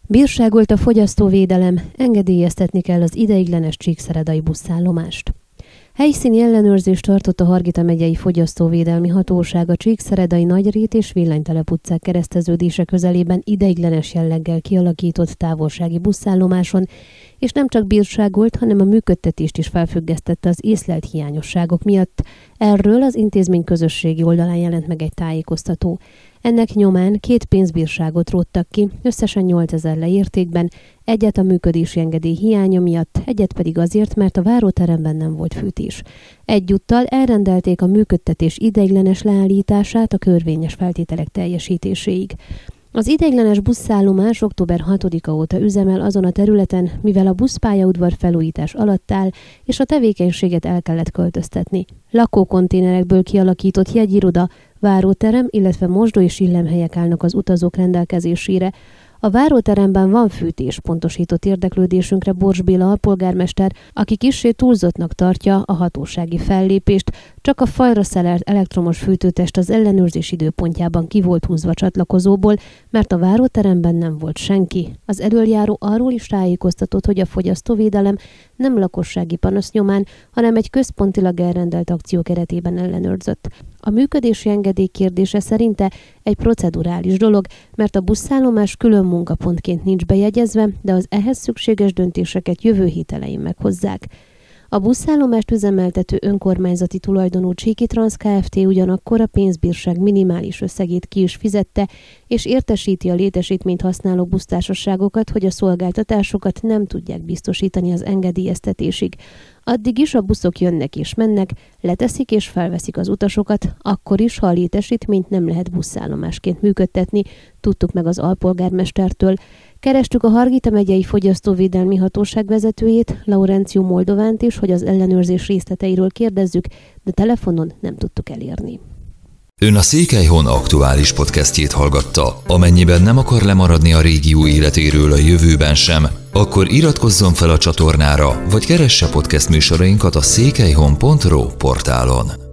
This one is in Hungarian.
Bírságolt a fogyasztóvédelem, engedélyeztetni kell az ideiglenes csíkszeredai buszállomást. Helyszíni ellenőrzést tartott a Hargita megyei fogyasztóvédelmi hatóság a Csíkszeredai Nagyrét és Villanytelep utcák kereszteződése közelében ideiglenes jelleggel kialakított távolsági buszállomáson, és nem csak bírságolt, hanem a működtetést is felfüggesztette az észlelt hiányosságok miatt. Erről az intézmény közösségi oldalán jelent meg egy tájékoztató. Ennek nyomán 2 pénzbírságot róttak ki, összesen 8000 leértékben, egyet a működési engedély hiánya miatt, egyet pedig azért, mert a váróteremben nem volt fűtés. Egyúttal elrendelték a működtetés ideiglenes leállítását a körvényes feltételek teljesítéséig. Az ideiglenes buszállomás október 6-a óta üzemel azon a területen, mivel a buszpályaudvar felújítás alatt áll, és a tevékenységet el kellett költöztetni. Lakókonténerekből kialakított jegyiroda, váróterem, illetve mosdó és illemhelyek állnak az utazók rendelkezésére. A váróteremben van fűtés, pontosított érdeklődésünkre Bors Béla alpolgármester, aki kissé túlzottnak tartja a hatósági fellépést, csak a falra szelelt elektromos fűtőtest az ellenőrzés időpontjában ki volt húzva csatlakozóból, mert a váróteremben nem volt senki. Az elöljáró arról is tájékoztatott, hogy a fogyasztóvédelem nem lakossági panasz nyomán, hanem egy központilag elrendelt akció keretében ellenőrzött. A működési engedély kérdése szerinte egy procedurális dolog, mert a buszállomás külön munkapontként nincs bejegyezve, de az ehhez szükséges döntéseket jövő hét elején meghozzák. A buszállomást üzemeltető önkormányzati tulajdonú Csíki Transz Kft. Ugyanakkor a pénzbírság minimális összegét ki is fizette, és értesíti a létesítményt használó busztársaságokat, hogy a szolgáltatásokat nem tudják biztosítani az engedélyeztetésig. Addig is a buszok jönnek és mennek, leteszik és felveszik az utasokat, akkor is, ha a létesítményt nem lehet buszállomásként működtetni, tudtuk meg az alpolgármestertől. Kerestük a Hargita megyei fogyasztóvédelmi hatóság vezetőjét, Laurențiu Moldovánt is, hogy az ellenőrzés részleteiről kérdezzük, de telefonon nem tudtuk elérni. Ön a Székelyhon aktuális podcastjét hallgatta. Amennyiben nem akar lemaradni a régió életéről a jövőben sem, akkor iratkozzon fel a csatornára, vagy keresse podcast műsorainkat a székelyhon.ro portálon.